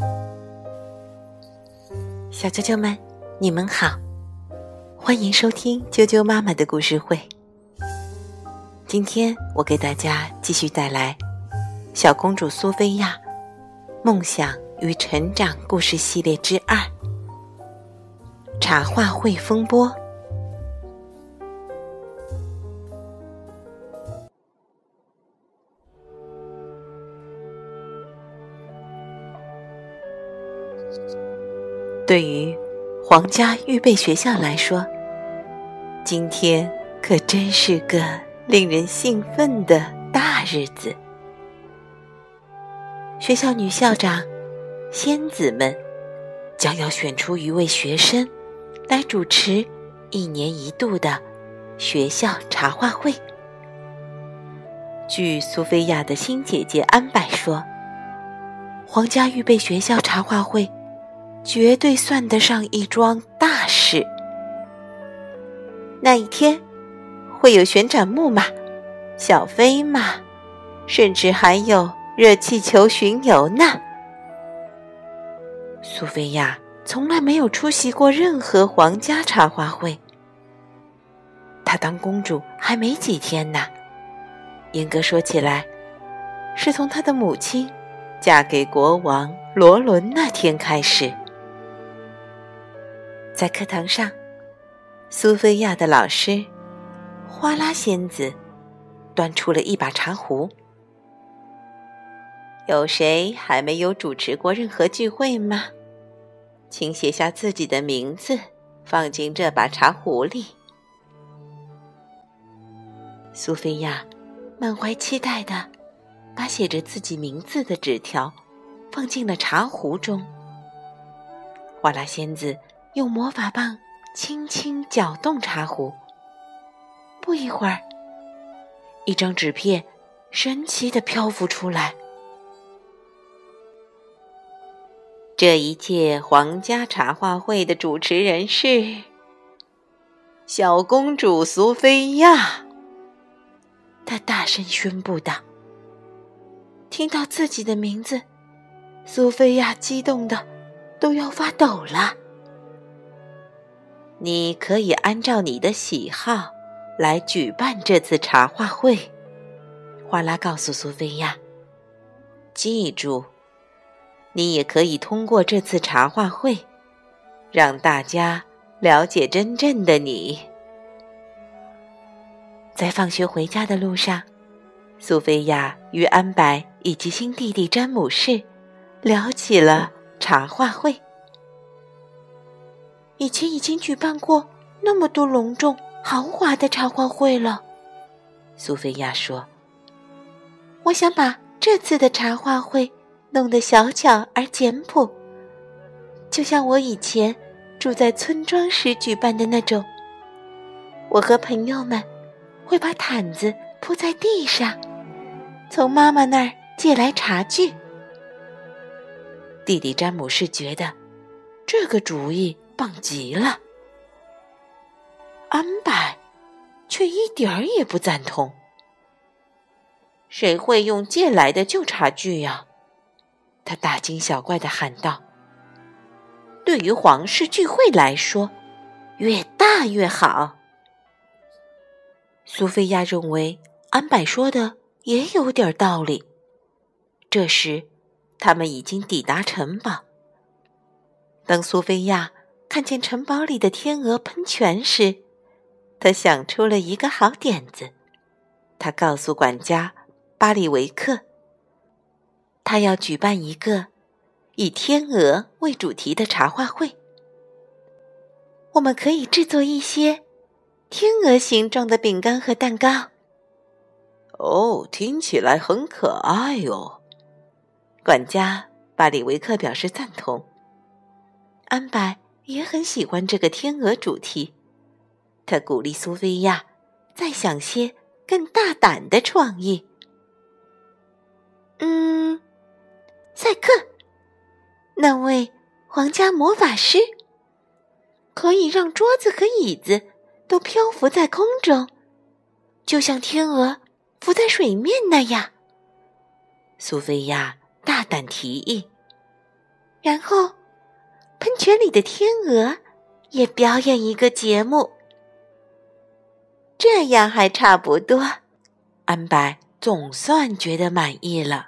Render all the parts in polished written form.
小啾啾们，你们好，欢迎收听啾啾妈妈的故事会。今天我给大家继续带来小公主苏菲亚梦想与成长故事系列之2，茶话会风波。对于皇家预备学校来说，今天可真是个令人兴奋的大日子。学校女校长仙子们将要选出一位学生来主持1年1度的学校茶话会。据苏菲亚的新姐姐安柏说，皇家预备学校茶话会绝对算得上一桩大事。那一天会有旋转木马、小飞马，甚至还有热气球巡游呢。苏菲亚从来没有出席过任何皇家茶话会。她当公主还没几天呢，严格说起来，是从她的母亲嫁给国王罗伦那天开始。在课堂上，苏菲亚的老师花拉仙子端出了一把茶壶。有谁还没有主持过任何聚会吗？请写下自己的名字，放进这把茶壶里。苏菲亚满怀期待地把写着自己名字的纸条放进了茶壶中。花拉仙子用魔法棒轻轻搅动茶壶，不一会儿，一张纸片神奇地漂浮出来。这一届皇家茶话会的主持人是小公主苏菲亚，她大声宣布道。听到自己的名字，苏菲亚激动得都要发抖了。你可以按照你的喜好来举办这次茶话会，花拉告诉苏菲亚。记住，你也可以通过这次茶话会，让大家了解真正的你。在放学回家的路上，苏菲亚与安柏以及新弟弟詹姆士聊起了茶话会。以前已经举办过那么多隆重豪华的茶话会了，苏菲亚说。我想把这次的茶话会弄得小巧而简朴，就像我以前住在村庄时举办的那种。我和朋友们会把毯子铺在地上，从妈妈那儿借来茶具。弟弟詹姆士觉得这个主意棒极了，安柏却一点儿也不赞同。谁会用借来的旧茶具呀？他大惊小怪地喊道。对于皇室聚会来说，越大越好。苏菲亚认为安柏说的也有点道理。这时，他们已经抵达城堡。当苏菲亚看见城堡里的天鹅喷泉时，他想出了一个好点子。他告诉管家巴里维克，他要举办一个以天鹅为主题的茶话会。我们可以制作一些天鹅形状的饼干和蛋糕。哦，听起来很可爱哦。管家巴里维克表示赞同。安柏也很喜欢这个天鹅主题，他鼓励苏菲亚再想些更大胆的创意。赛克，那位皇家魔法师，可以让桌子和椅子都漂浮在空中，就像天鹅浮在水面那样。苏菲亚大胆提议。 然后喷泉里的天鹅也表演一个节目。这样还差不多，安柏总算觉得满意了。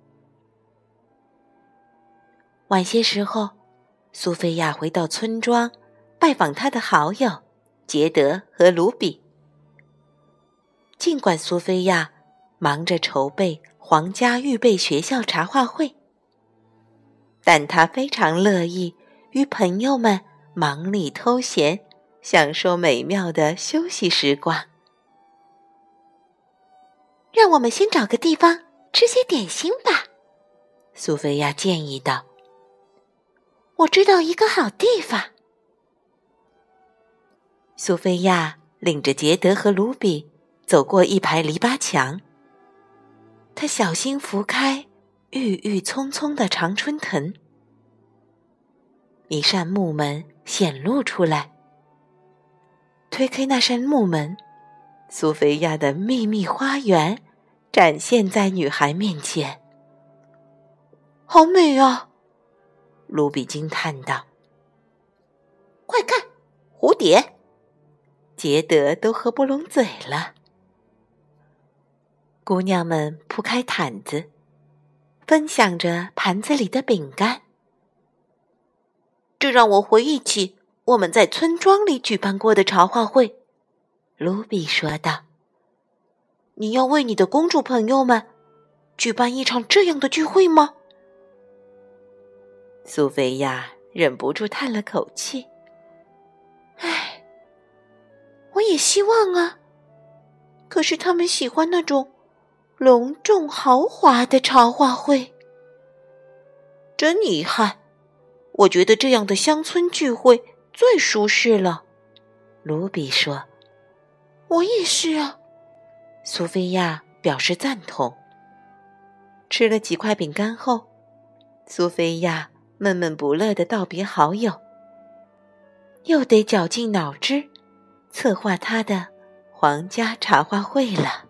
晚些时候，苏菲亚回到村庄，拜访她的好友杰德和卢比。尽管苏菲亚忙着筹备皇家预备学校茶话会，但她非常乐意与朋友们忙里偷闲，享受美妙的休息时光。让我们先找个地方吃些点心吧，苏菲亚建议道。我知道一个好地方。苏菲亚领着杰德和卢比走过一排篱笆墙，她小心拂开郁郁葱葱的常春藤。一扇木门显露出来，推开那扇木门，苏菲亚的秘密花园展现在女孩面前。好美啊！卢比惊叹道。快看，蝴蝶！杰德都合不拢嘴了。姑娘们铺开毯子，分享着盘子里的饼干。这让我回忆起我们在村庄里举办过的茶话会，卢比说道。你要为你的公主朋友们举办一场这样的聚会吗？苏菲亚忍不住叹了口气。唉，我也希望啊，可是他们喜欢那种隆重豪华的茶话会。真遗憾，我觉得这样的乡村聚会最舒适了，卢比说。我也是啊，苏菲亚表示赞同。吃了几块饼干后，苏菲亚闷闷不乐地道别好友，又得绞尽脑汁策划她的皇家茶话会了。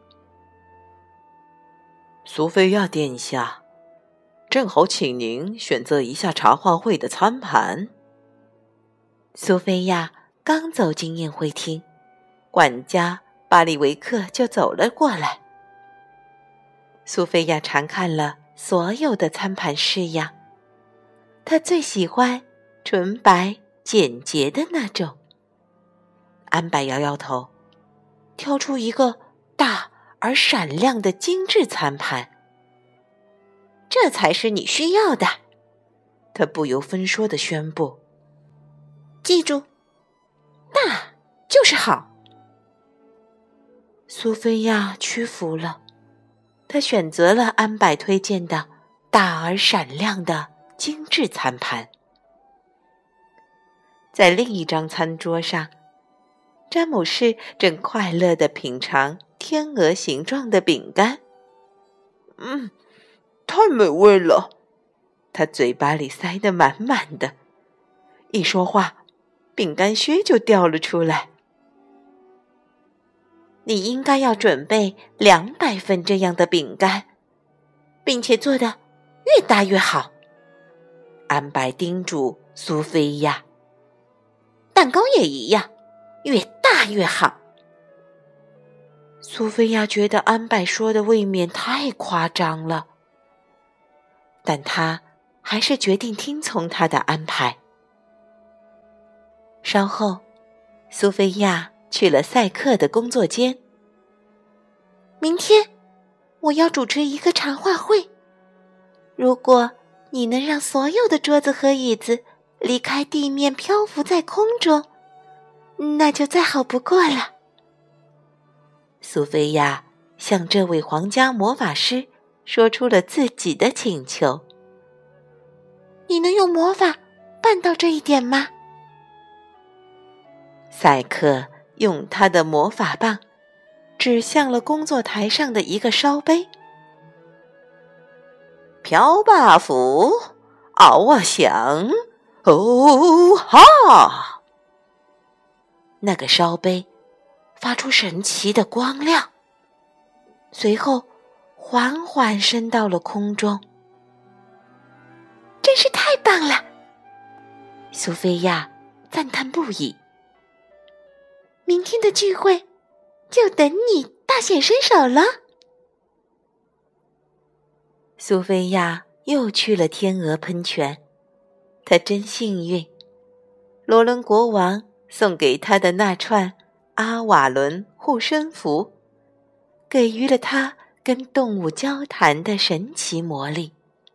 苏菲亚殿下，正好请您选择一下茶话会的餐盘。苏菲亚刚走进宴会厅，管家巴里维克就走了过来。苏菲亚查看了所有的餐盘式样，她最喜欢纯白简洁的那种。安柏摇摇头，挑出一个大而闪亮的精致餐盘。这才是你需要的，他不由分说地宣布。记住，大就是好。苏菲亚屈服了，她选择了安柏推荐的大而闪亮的精致餐盘。在另一张餐桌上，詹姆士正快乐地品尝天鹅形状的饼干。太美味了，他嘴巴里塞得满满的，一说话，饼干屑就掉了出来。你应该要准备200份这样的饼干，并且做得越大越好。安柏叮嘱苏菲亚，蛋糕也一样，越大越好。苏菲亚觉得安柏说的未免太夸张了，但她还是决定听从他的安排。稍后，苏菲亚去了赛克的工作间。明天，我要主持一个茶话会。如果你能让所有的桌子和椅子离开地面漂浮在空中，那就再好不过了。苏菲亚向这位皇家魔法师说出了自己的请求。你能用魔法办到这一点吗？赛克用他的魔法棒指向了工作台上的一个烧杯。飘吧福，嗷啊响，哦哈！那个烧杯发出神奇的光亮，随后缓缓升到了空中。真是太棒了！ 苏菲亚赞叹不已。 明天的聚会就等你大显身手了。 苏菲亚又去了天鹅喷泉，她真幸运。罗伦国王送给她的那串阿瓦伦护身符，给予了她跟动物交谈的神奇魔力。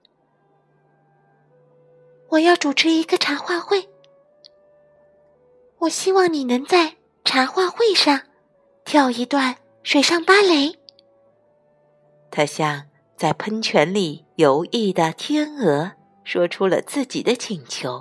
我要主持一个茶话会，我希望你能在茶话会上跳一段水上芭蕾。 他向在喷泉里游弋的天鹅说出了自己的请求。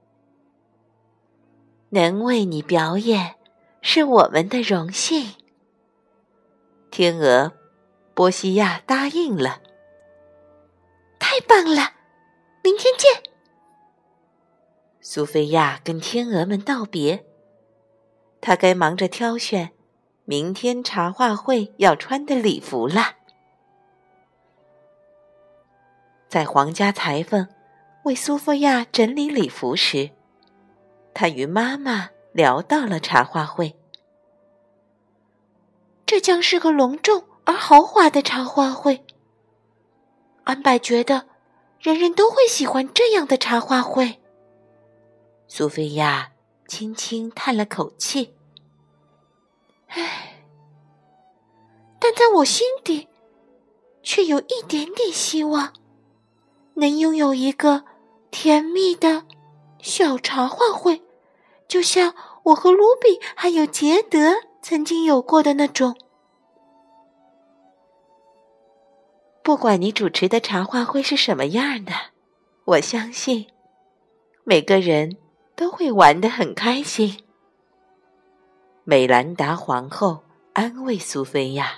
能为你表演是我们的荣幸。天鹅波西亚答应了。 太棒了，明天见。 苏菲亚跟天鹅们道别，她该忙着挑选明天茶话会要穿的礼服了。在皇家裁缝为苏菲亚整理礼服时，她与妈妈聊到了茶话会。 这将是个隆重而豪华的茶话会。安柏觉得人人都会喜欢这样的茶话会。 苏菲亚轻轻叹了口气。 唉，但在我心底却有一点点希望，能拥有一个甜蜜的小茶话会，就像我和卢比还有杰德曾经有过的那种。 不管你主持的茶话会是什么样的，我相信每个人都会玩得很开心。美兰达皇后安慰苏菲亚。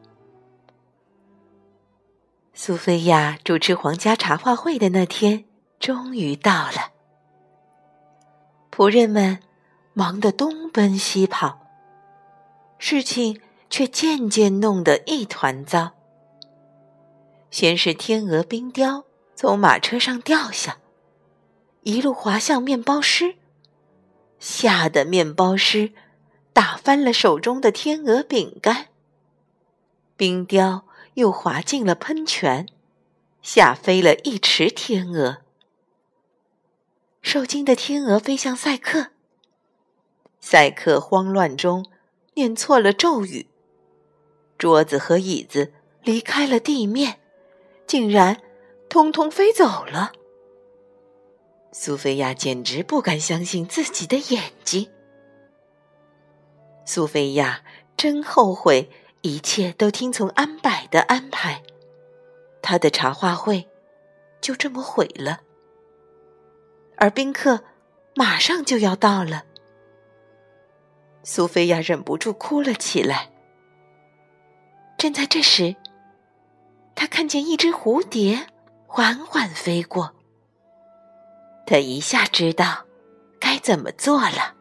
苏菲亚主持皇家茶话会的那天终于到了。仆人们忙得东奔西跑，事情却渐渐弄得一团糟。先是天鹅冰雕从马车上掉下，一路滑向面包师，吓得面包师打翻了手中的天鹅饼干。冰雕又滑进了喷泉，吓飞了一池天鹅。受惊的天鹅飞向赛克，赛克慌乱中念错了咒语，桌子和椅子离开了地面，竟然通通飞走了。苏菲亚简直不敢相信自己的眼睛。苏菲亚真后悔一切都听从安柏的安排，她的茶话会就这么毁了。而宾客马上就要到了，苏菲亚忍不住哭了起来。正在这时，她看见一只蝴蝶缓缓飞过，她一下知道该怎么做了。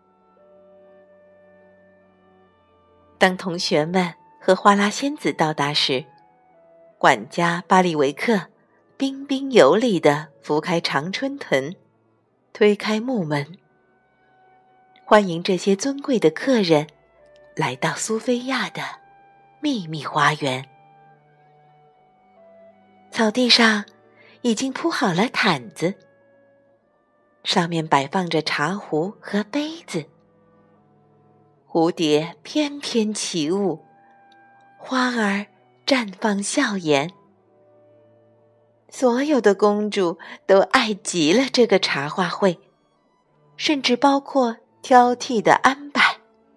当同学们和花拉仙子到达时，管家巴利维克彬彬有礼地扶开常春藤，推开木门，欢迎这些尊贵的客人来到苏菲亚的秘密花园。草地上已经铺好了毯子，上面摆放着茶壶和杯子。蝴蝶翩翩起舞，花儿绽放笑颜。所有的公主都爱极了这个茶话会，甚至包括挑剔的安柏。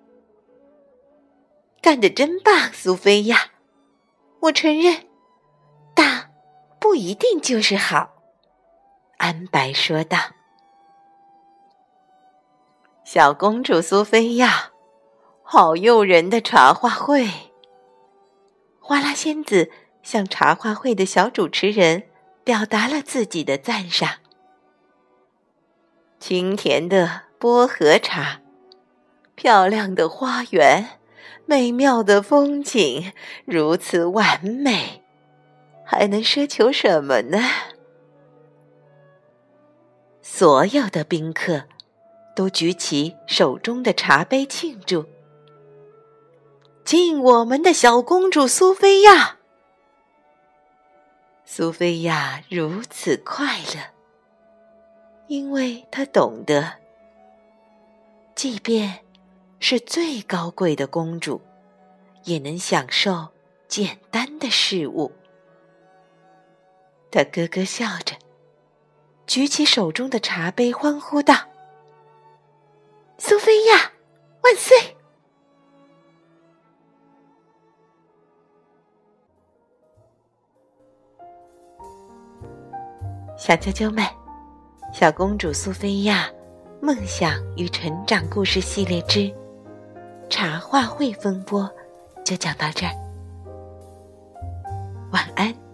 干得真棒，苏菲亚！我承认，大不一定就是好，安柏说道。小公主苏菲亚，好诱人的茶话会！花拉仙子向茶话会的小主持人表达了自己的赞赏。清甜的薄荷茶，漂亮的花园，美妙的风景，如此完美，还能奢求什么呢？ 所有的宾客都举起手中的茶杯庆祝。敬我们的小公主苏菲亚！苏菲亚如此快乐，因为她懂得，即便是最高贵的公主，也能享受简单的事物。她咯咯笑着，举起手中的茶杯，欢呼道：“ 苏菲亚，万岁！” 小啾啾们，小公主苏菲亚梦想与成长故事系列之茶话会风波就讲到这儿，晚安。